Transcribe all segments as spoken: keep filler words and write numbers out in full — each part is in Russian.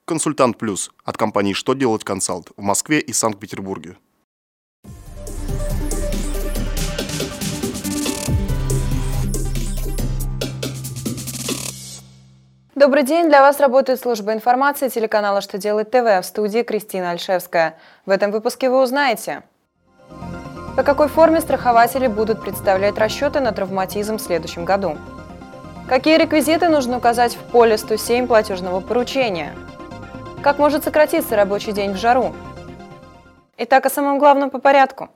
Консультант Плюс от компании «Что делать консалт» в Москве и Санкт-Петербурге. Добрый день! Для вас работает служба информации телеканала «Что делать ТВ», в студии Кристина Альшевская. В этом выпуске вы узнаете: по какой форме страхователи будут представлять расчеты на травматизм в следующем году, какие реквизиты нужно указать в поле сто семь платежного поручения, как может сократиться рабочий день в жару. Итак, о самом главном по порядку.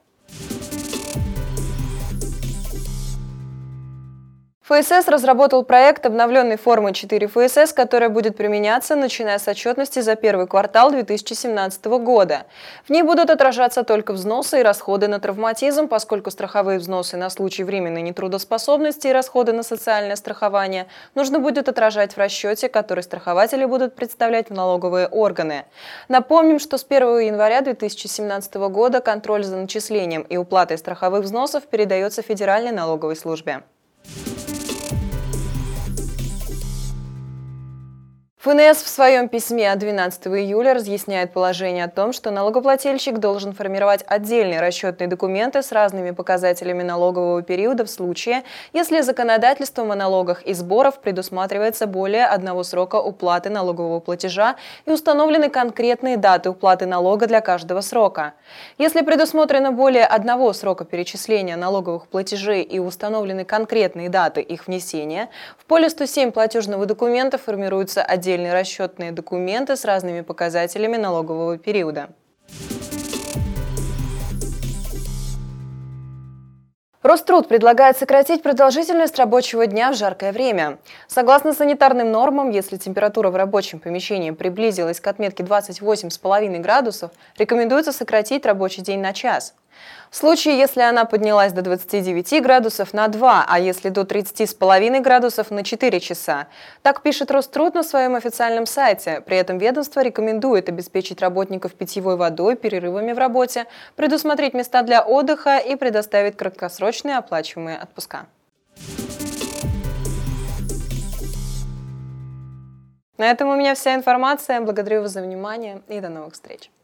ФСС разработал проект обновленной формы четыре ФСС, которая будет применяться, начиная с отчетности за первый квартал две тысячи семнадцатого года. В ней будут отражаться только взносы и расходы на травматизм, поскольку страховые взносы на случай временной нетрудоспособности и расходы на социальное страхование нужно будет отражать в расчете, который страхователи будут представлять в налоговые органы. Напомним, что с первого января две тысячи семнадцатого года контроль за начислением и уплатой страховых взносов передается Федеральной налоговой службе. ФНС в своем письме от двенадцатого июля разъясняет положение о том, что налогоплательщик должен формировать отдельные расчетные документы с разными показателями налогового периода в случае, если законодательством о налогах и сборах предусматривается более одного срока уплаты налогового платежа и установлены конкретные даты уплаты налога для каждого срока. Если предусмотрено более одного срока перечисления налоговых платежей и установлены конкретные даты их внесения, в поле сто семь платежного документа формируются отдельные Отдельные расчетные документы с разными показателями налогового периода. Роструд предлагает сократить продолжительность рабочего дня в жаркое время. Согласно санитарным нормам, если температура в рабочем помещении приблизилась к отметке двадцать восемь и пять градусов, рекомендуется сократить рабочий день на час. В случае, если она поднялась до двадцати девяти градусов, на два, а если до тридцати с половиной градусов, на четыре часа. Так пишет Роструд на своем официальном сайте. При этом ведомство рекомендует обеспечить работников питьевой водой, перерывами в работе, предусмотреть места для отдыха и предоставить краткосрочные оплачиваемые отпуска. На этом у меня вся информация. Благодарю вас за внимание и до новых встреч.